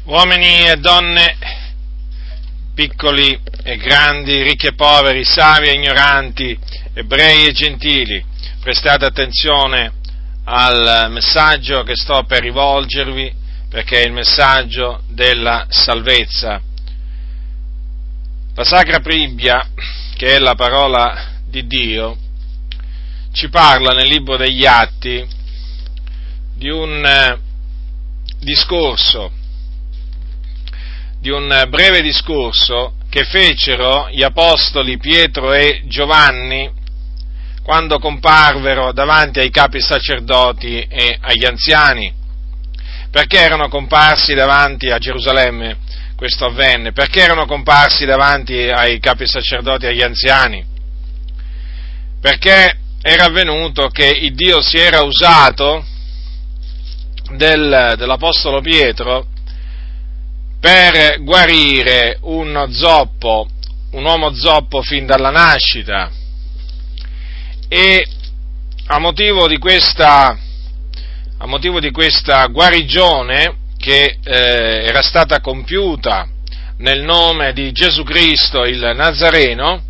Uomini e donne, piccoli e grandi, ricchi e poveri, savi e ignoranti, ebrei e gentili, prestate attenzione al messaggio che sto per rivolgervi, perché è il messaggio della salvezza. La Sacra Bibbia, che è la parola di Dio, ci parla nel libro degli Atti di un discorso, di un breve discorso che fecero gli apostoli Pietro e Giovanni quando comparvero davanti ai capi sacerdoti e agli anziani. Perché erano comparsi davanti a Gerusalemme? Questo avvenne. Perché erano comparsi davanti ai capi sacerdoti e agli anziani? Perché era avvenuto che il Dio si era usato dell'apostolo Pietro per guarire un uomo zoppo fin dalla nascita, e a motivo di questa guarigione che era stata compiuta nel nome di Gesù Cristo il Nazareno,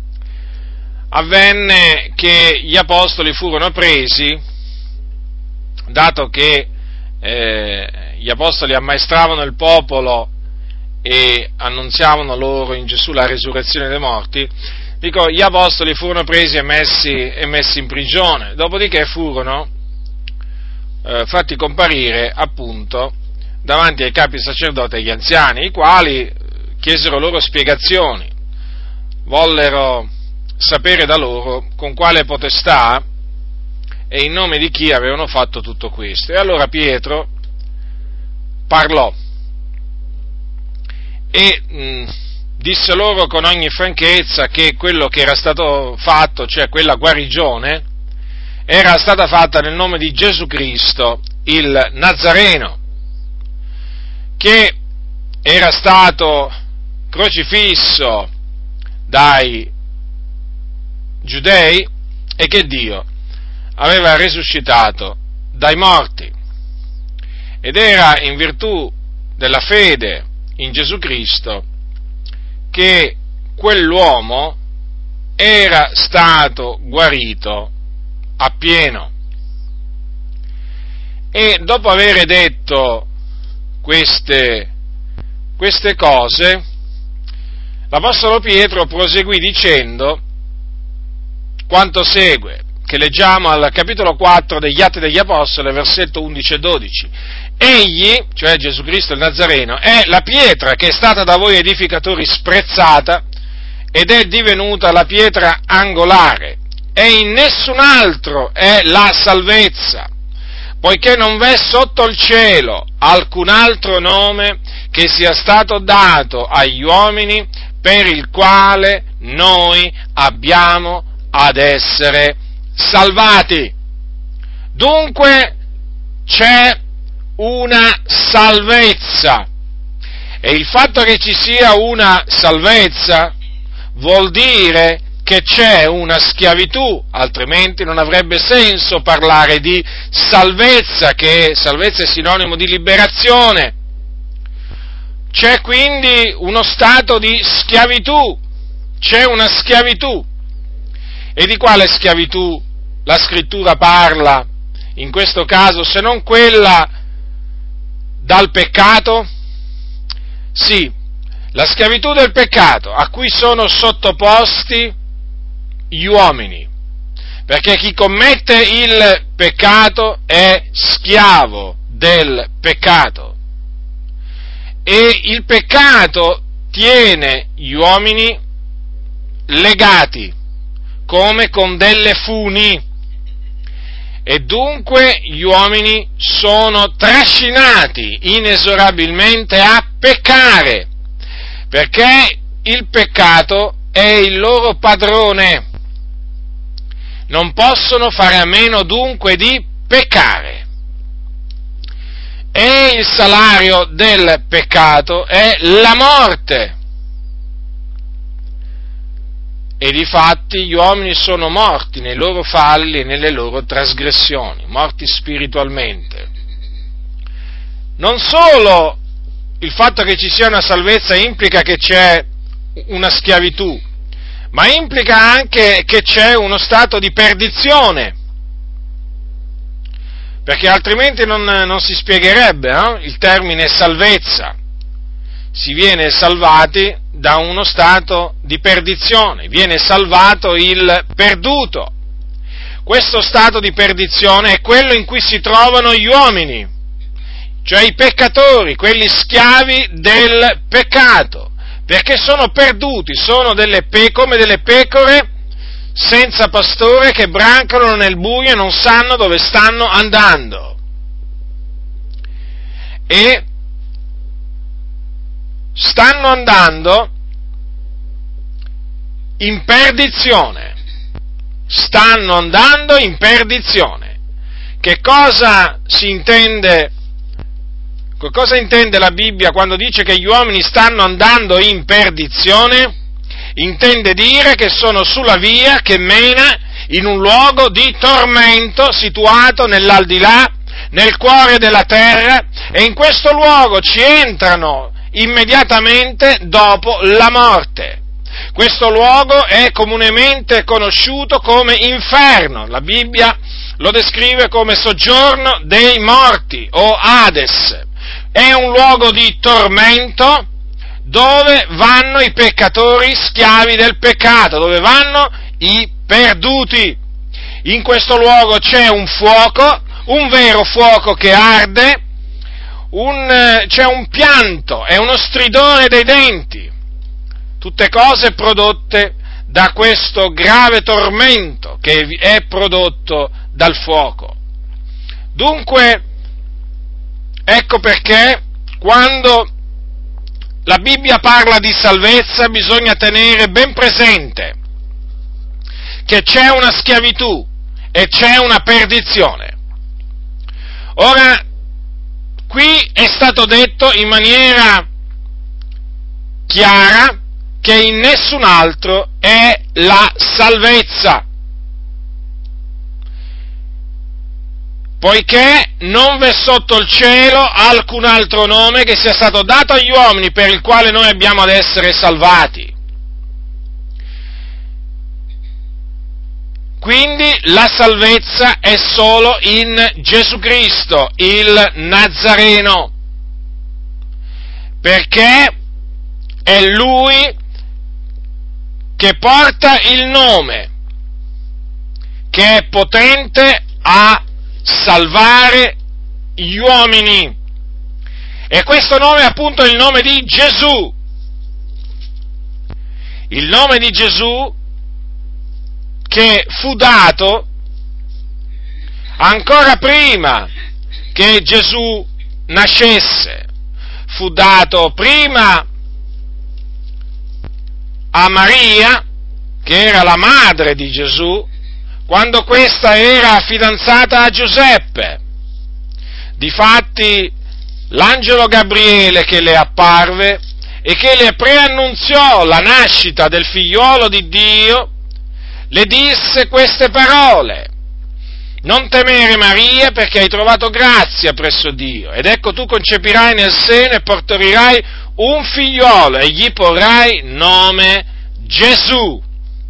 avvenne che gli apostoli furono presi, dato che gli apostoli ammaestravano il popolo e annunziavano loro in Gesù la resurrezione dei morti. Gli apostoli furono presi e messi in prigione, dopodiché furono fatti comparire appunto davanti ai capi sacerdoti e agli anziani, i quali chiesero loro spiegazioni, vollero sapere da loro con quale potestà e in nome di chi avevano fatto tutto questo. E allora Pietro parlò e disse loro con ogni franchezza che quello che era stato fatto, cioè quella guarigione, era stata fatta nel nome di Gesù Cristo, il Nazareno, che era stato crocifisso dai giudei e che Dio aveva risuscitato dai morti, ed era in virtù della fede in Gesù Cristo che quell'uomo era stato guarito appieno. E dopo aver detto queste cose, l'Apostolo Pietro proseguì dicendo quanto segue, che leggiamo al capitolo 4 degli Atti degli Apostoli, versetto 11 e 12. Egli, cioè Gesù Cristo il Nazareno, è la pietra che è stata da voi edificatori sprezzata ed è divenuta la pietra angolare, e in nessun altro è la salvezza, poiché non v'è sotto il cielo alcun altro nome che sia stato dato agli uomini per il quale noi abbiamo ad essere salvati. Dunque c'è una salvezza, e il fatto che ci sia una salvezza vuol dire che c'è una schiavitù, altrimenti non avrebbe senso parlare di salvezza, che salvezza è sinonimo di liberazione. C'è quindi uno stato di schiavitù, c'è una schiavitù. E di quale schiavitù la Scrittura parla in questo caso, se non quella dal peccato? Sì, la schiavitù del peccato a cui sono sottoposti gli uomini, perché chi commette il peccato è schiavo del peccato, e il peccato tiene gli uomini legati come con delle funi, e dunque gli uomini sono trascinati inesorabilmente a peccare, perché il peccato è il loro padrone. Non possono fare a meno dunque di peccare, e il salario del peccato è la morte. E difatti gli uomini sono morti nei loro falli e nelle loro trasgressioni, morti spiritualmente. Non solo il fatto che ci sia una salvezza implica che c'è una schiavitù, ma implica anche che c'è uno stato di perdizione, perché altrimenti non si spiegherebbe il termine salvezza. Si viene salvati da uno stato di perdizione, viene salvato il perduto. Questo stato di perdizione è quello in cui si trovano gli uomini, cioè i peccatori, quelli schiavi del peccato, perché sono perduti, sono come delle pecore senza pastore che brancolano nel buio e non sanno dove stanno andando. E stanno andando in perdizione. Stanno andando in perdizione. Che cosa si intende? Cosa intende la Bibbia quando dice che gli uomini stanno andando in perdizione? Intende dire che sono sulla via che mena in un luogo di tormento situato nell'aldilà, nel cuore della terra, e in questo luogo ci entrano immediatamente dopo la morte. Questo luogo è comunemente conosciuto come inferno. La Bibbia lo descrive come soggiorno dei morti o Hades. È un luogo di tormento dove vanno i peccatori schiavi del peccato, dove vanno i perduti. In questo luogo c'è un fuoco, un vero fuoco che arde, c'è un pianto e uno stridore dei denti, tutte cose prodotte da questo grave tormento che è prodotto dal fuoco. Dunque, ecco perché quando la Bibbia parla di salvezza bisogna tenere ben presente che c'è una schiavitù e c'è una perdizione. Ora, qui è stato detto in maniera chiara che in nessun altro è la salvezza, poiché non v'è sotto il cielo alcun altro nome che sia stato dato agli uomini per il quale noi abbiamo ad essere salvati. Quindi la salvezza è solo in Gesù Cristo, il Nazareno, perché è Lui che porta il nome, che è potente a salvare gli uomini. E questo nome è appunto il nome di Gesù. Il nome di Gesù che fu dato ancora prima che Gesù nascesse, fu dato prima a Maria, che era la madre di Gesù, quando questa era fidanzata a Giuseppe. Difatti, l'angelo Gabriele che le apparve e che le preannunziò la nascita del figliuolo di Dio, le disse queste parole: non temere, Maria, perché hai trovato grazia presso Dio, ed ecco tu concepirai nel seno e partorirai un figliuolo e gli porrai nome Gesù.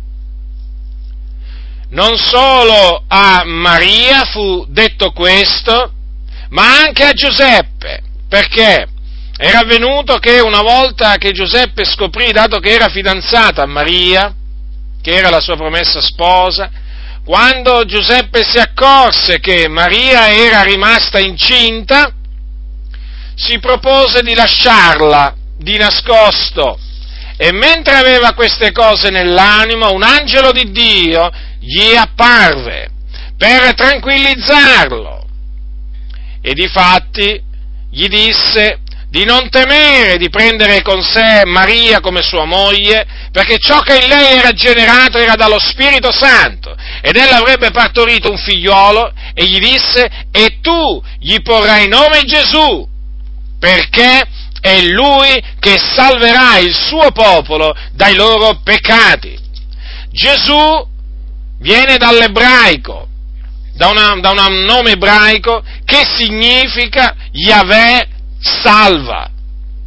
Non solo a Maria fu detto questo, ma anche a Giuseppe, perché era avvenuto che una volta che Giuseppe scoprì, dato che era fidanzata a Maria, che era la sua promessa sposa, quando Giuseppe si accorse che Maria era rimasta incinta, si propose di lasciarla di nascosto, e mentre aveva queste cose nell'animo, un angelo di Dio gli apparve per tranquillizzarlo, e difatti gli disse di non temere di prendere con sé Maria come sua moglie, perché ciò che in lei era generato era dallo Spirito Santo, ed ella avrebbe partorito un figliolo, e gli disse: e tu gli porrai nome Gesù, perché è lui che salverà il suo popolo dai loro peccati. Gesù viene dall'ebraico, da un nome ebraico che significa Yahweh salva.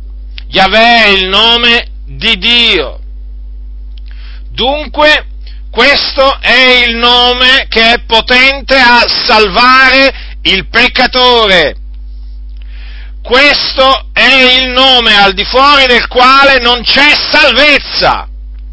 Yahweh è il nome di Dio. Dunque, questo è il nome che è potente a salvare il peccatore. Questo è il nome al di fuori del quale non c'è salvezza.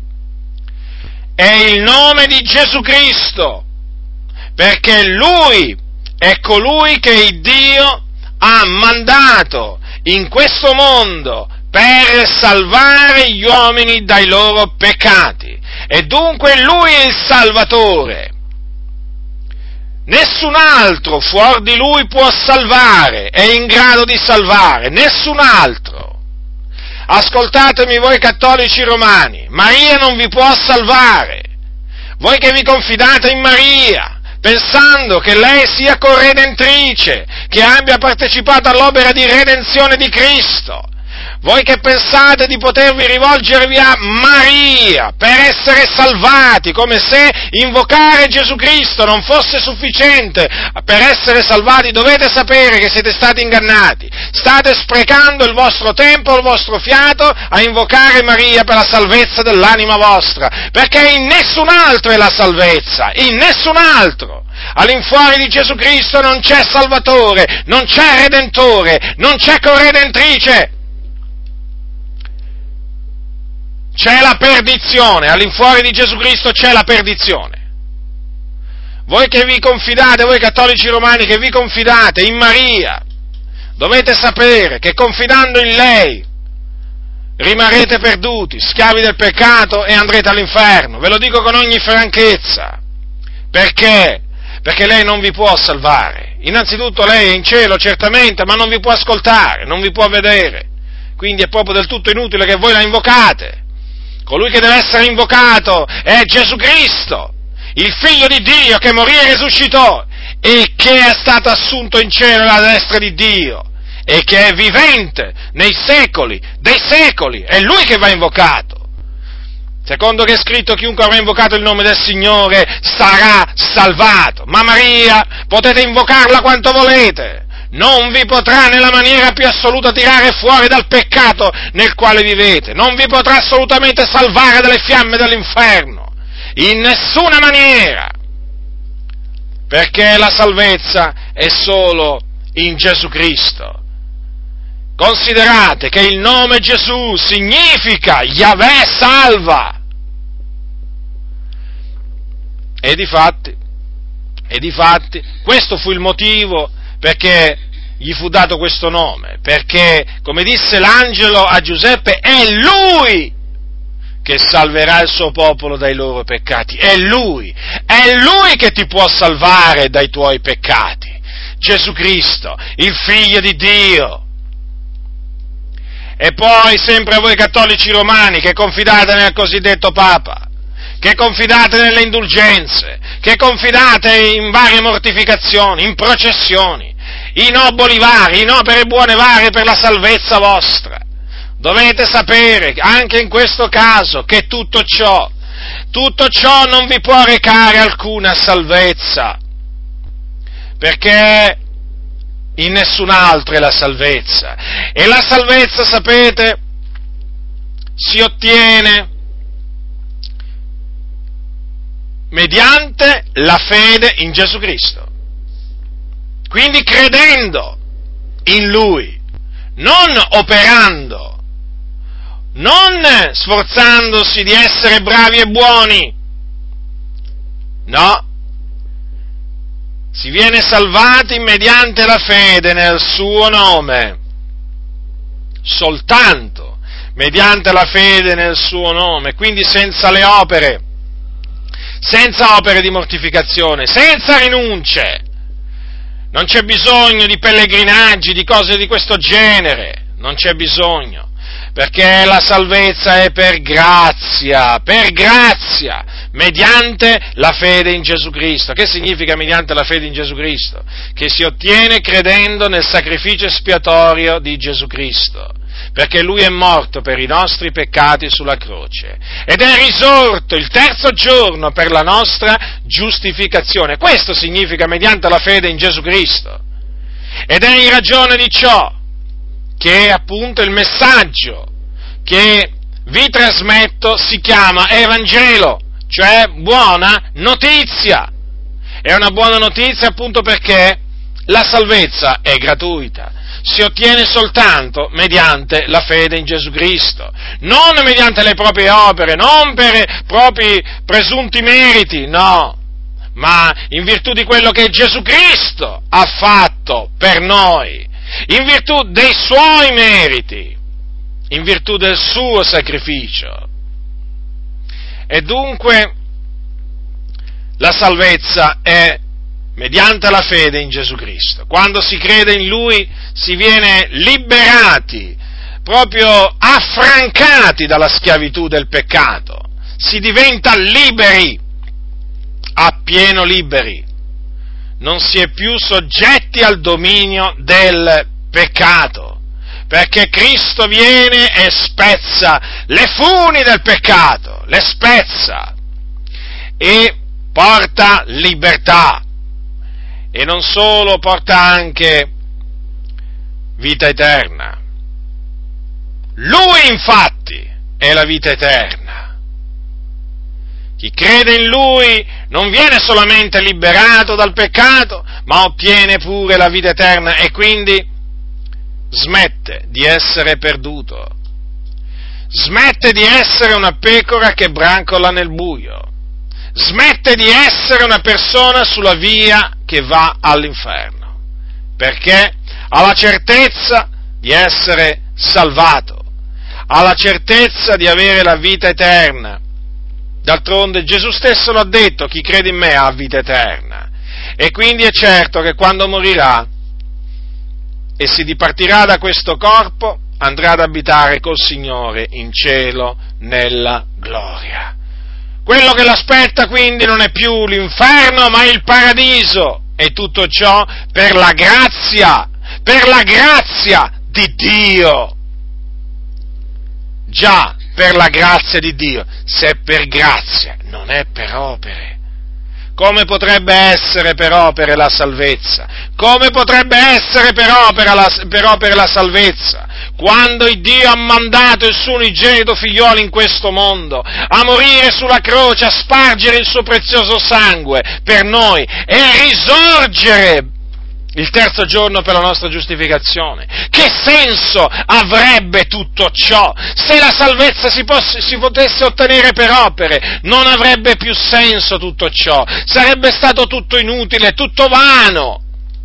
È il nome di Gesù Cristo, perché Lui è colui che Dio ha mandato in questo mondo per salvare gli uomini dai loro peccati. E dunque Lui è il Salvatore. Nessun altro fuori di Lui può salvare, è in grado di salvare, nessun altro. Ascoltatemi voi cattolici romani, Maria non vi può salvare. Voi che vi confidate in Maria, pensando che lei sia corredentrice, che abbia partecipato all'opera di redenzione di Cristo, voi che pensate di potervi rivolgervi a Maria per essere salvati, come se invocare Gesù Cristo non fosse sufficiente per essere salvati, dovete sapere che siete stati ingannati. State sprecando il vostro tempo, il vostro fiato a invocare Maria per la salvezza dell'anima vostra, perché in nessun altro è la salvezza, in nessun altro. All'infuori di Gesù Cristo non c'è Salvatore, non c'è Redentore, non c'è corredentrice. C'è la perdizione, all'infuori di Gesù Cristo c'è la perdizione. Voi che vi confidate, voi cattolici romani che vi confidate in Maria, dovete sapere che confidando in lei rimarrete perduti, schiavi del peccato e andrete all'inferno. Ve lo dico con ogni franchezza. Perché? Perché lei non vi può salvare. Innanzitutto lei è in cielo, certamente, ma non vi può ascoltare, non vi può vedere. Quindi è proprio del tutto inutile che voi la invocate. Colui che deve essere invocato è Gesù Cristo, il Figlio di Dio che morì e risuscitò e che è stato assunto in cielo alla destra di Dio e che è vivente nei secoli dei secoli. È Lui che va invocato. Secondo che è scritto, chiunque avrà invocato il nome del Signore sarà salvato. Ma Maria potete invocarla quanto volete, non vi potrà nella maniera più assoluta tirare fuori dal peccato nel quale vivete, non vi potrà assolutamente salvare dalle fiamme dell'inferno, in nessuna maniera, perché la salvezza è solo in Gesù Cristo. Considerate che il nome Gesù significa Yahweh salva. E difatti, questo fu il motivo perché gli fu dato questo nome, perché, come disse l'angelo a Giuseppe, è Lui che salverà il suo popolo dai loro peccati, è Lui che ti può salvare dai tuoi peccati, Gesù Cristo, il Figlio di Dio. E poi, sempre a voi cattolici romani, che confidate nel cosiddetto Papa, che confidate nelle indulgenze, che confidate in varie mortificazioni, in processioni, in oboli vari, in opere buone varie per la salvezza vostra, dovete sapere, anche in questo caso, che tutto ciò non vi può recare alcuna salvezza, perché in nessun altro è la salvezza. E la salvezza, sapete, si ottiene mediante la fede in Gesù Cristo. Quindi credendo in Lui, non operando, non sforzandosi di essere bravi e buoni, no. Si viene salvati mediante la fede nel suo nome, soltanto mediante la fede nel suo nome, quindi senza le opere, senza opere di mortificazione, senza rinunce. Non c'è bisogno di pellegrinaggi, di cose di questo genere, non c'è bisogno, perché la salvezza è per grazia, mediante la fede in Gesù Cristo. Che significa mediante la fede in Gesù Cristo? Che si ottiene credendo nel sacrificio espiatorio di Gesù Cristo, perché Lui è morto per i nostri peccati sulla croce ed è risorto il terzo giorno per la nostra giustificazione. Questo significa mediante la fede in Gesù Cristo. Ed è in ragione di ciò che appunto il messaggio che vi trasmetto si chiama Evangelo, cioè buona notizia. È una buona notizia appunto perché la salvezza è gratuita, si ottiene soltanto mediante la fede in Gesù Cristo, non mediante le proprie opere, non per propri presunti meriti, no, ma in virtù di quello che Gesù Cristo ha fatto per noi, in virtù dei suoi meriti, in virtù del suo sacrificio. E dunque la salvezza è mediante la fede in Gesù Cristo. Quando si crede in Lui si viene liberati, proprio affrancati dalla schiavitù del peccato, si diventa liberi, appieno liberi, non si è più soggetti al dominio del peccato, perché Cristo viene e spezza le funi del peccato, le spezza e porta libertà, e non solo, porta anche vita eterna. Lui infatti è la vita eterna. Chi crede in Lui non viene solamente liberato dal peccato, ma ottiene pure la vita eterna e quindi smette di essere perduto, smette di essere una pecora che brancola nel buio, smette di essere una persona sulla via che va all'inferno, perché ha la certezza di essere salvato, ha la certezza di avere la vita eterna. D'altronde Gesù stesso l'ha detto: chi crede in me ha vita eterna. E quindi è certo che quando morirà e si dipartirà da questo corpo, andrà ad abitare col Signore in cielo nella gloria. Quello che l'aspetta quindi non è più l'inferno, ma il paradiso, e tutto ciò per la grazia di Dio. Già, per la grazia di Dio, se è per grazia, non è per opere. Come potrebbe essere per opere la salvezza? Come potrebbe essere per opere la salvezza? Quando il Dio ha mandato il suo unigenito figliolo in questo mondo, a morire sulla croce, a spargere il suo prezioso sangue per noi e risorgere il terzo giorno per la nostra giustificazione. Che senso avrebbe tutto ciò? Se la salvezza si potesse ottenere per opere, non avrebbe più senso tutto ciò, sarebbe stato tutto inutile, tutto vano.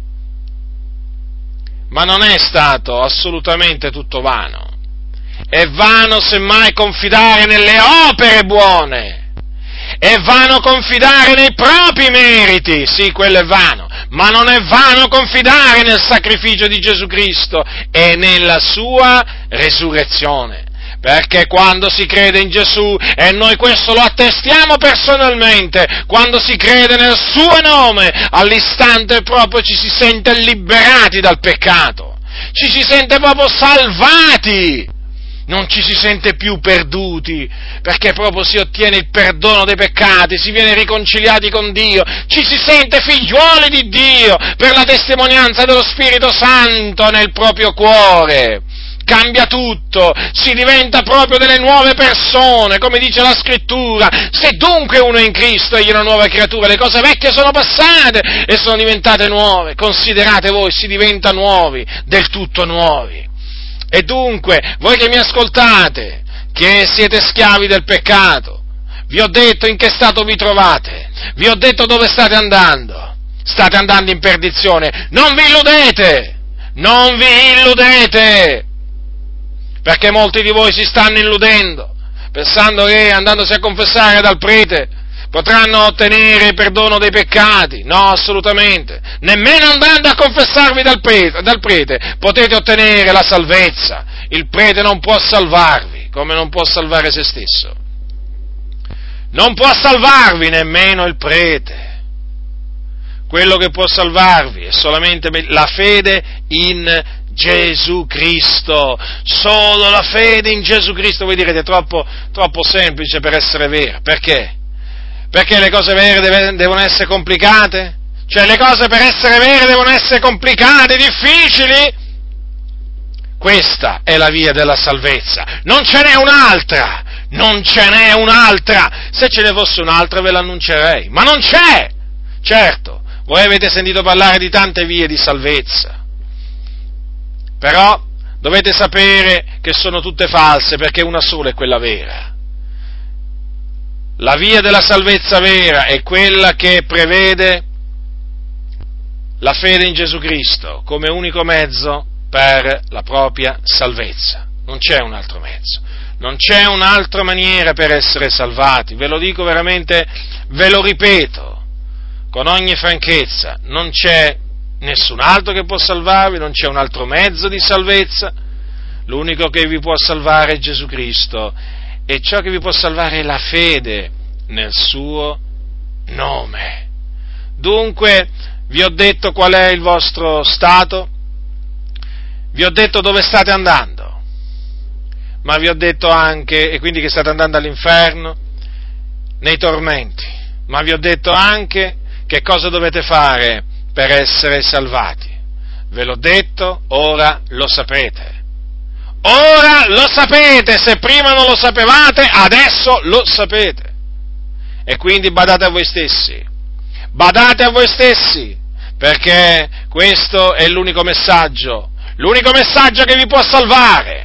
Ma non è stato assolutamente tutto vano. È vano semmai confidare nelle opere buone. È vano confidare nei propri meriti, sì, quello è vano, ma non è vano confidare nel sacrificio di Gesù Cristo e nella sua resurrezione, perché quando si crede in Gesù, e noi questo lo attestiamo personalmente, quando si crede nel suo nome, all'istante proprio ci si sente liberati dal peccato, ci si sente proprio salvati. Non ci si sente più perduti, perché proprio si ottiene il perdono dei peccati, si viene riconciliati con Dio, ci si sente figliuoli di Dio per la testimonianza dello Spirito Santo nel proprio cuore. Cambia tutto, si diventa proprio delle nuove persone, come dice la Scrittura. Se dunque uno è in Cristo, egli è una nuova creatura, le cose vecchie sono passate e sono diventate nuove. Considerate voi, si diventa nuovi, del tutto nuovi. E dunque, voi che mi ascoltate, che siete schiavi del peccato, vi ho detto in che stato vi trovate, vi ho detto dove state andando in perdizione, non vi illudete, perché molti di voi si stanno illudendo, pensando che andandosi a confessare dal prete potranno ottenere il perdono dei peccati. No, assolutamente. Nemmeno andando a confessarvi dal prete potete ottenere la salvezza. Il prete non può salvarvi, come non può salvare se stesso. Non può salvarvi nemmeno il prete. Quello che può salvarvi è solamente la fede in Gesù Cristo, solo la fede in Gesù Cristo. Voi direte, troppo semplice per essere vera. Perché? Perché le cose vere devono essere complicate? Cioè le cose per essere vere devono essere complicate, difficili? Questa è la via della salvezza, non ce n'è un'altra, non ce n'è un'altra. Se ce ne fosse un'altra ve l'annuncerei, ma non c'è. Certo, voi avete sentito parlare di tante vie di salvezza, però dovete sapere che sono tutte false, perché una sola è quella vera. La via della salvezza vera è quella che prevede la fede in Gesù Cristo come unico mezzo per la propria salvezza. Non c'è un altro mezzo, non c'è un'altra maniera per essere salvati, ve lo dico veramente, ve lo ripeto con ogni franchezza, non c'è nessun altro che può salvarvi, non c'è un altro mezzo di salvezza, l'unico che vi può salvare è Gesù Cristo, e ciò che vi può salvare è la fede nel suo nome. Dunque, vi ho detto qual è il vostro stato, vi ho detto dove state andando, ma vi ho detto anche, e quindi che state andando all'inferno, nei tormenti, ma vi ho detto anche che cosa dovete fare per essere salvati. Ve l'ho detto, ora lo sapete. Ora lo sapete, se prima non lo sapevate, adesso lo sapete. E quindi badate a voi stessi, perché questo è l'unico messaggio che vi può salvare.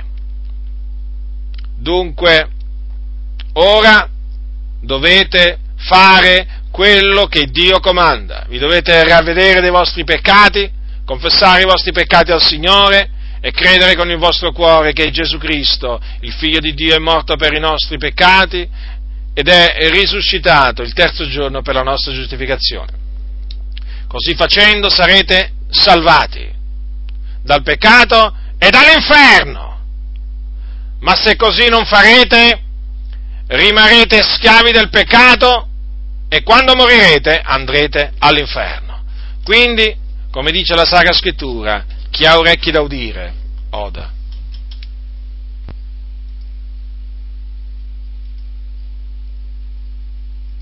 Dunque, ora dovete fare quello che Dio comanda, vi dovete ravvedere dei vostri peccati, confessare i vostri peccati al Signore e credere con il vostro cuore che Gesù Cristo, il Figlio di Dio, è morto per i nostri peccati ed è risuscitato il terzo giorno per la nostra giustificazione. Così facendo sarete salvati dal peccato e dall'inferno, ma se così non farete, rimarrete schiavi del peccato e quando morirete andrete all'inferno. Quindi, come dice la Sacra Scrittura, chi ha orecchi da udire, oda.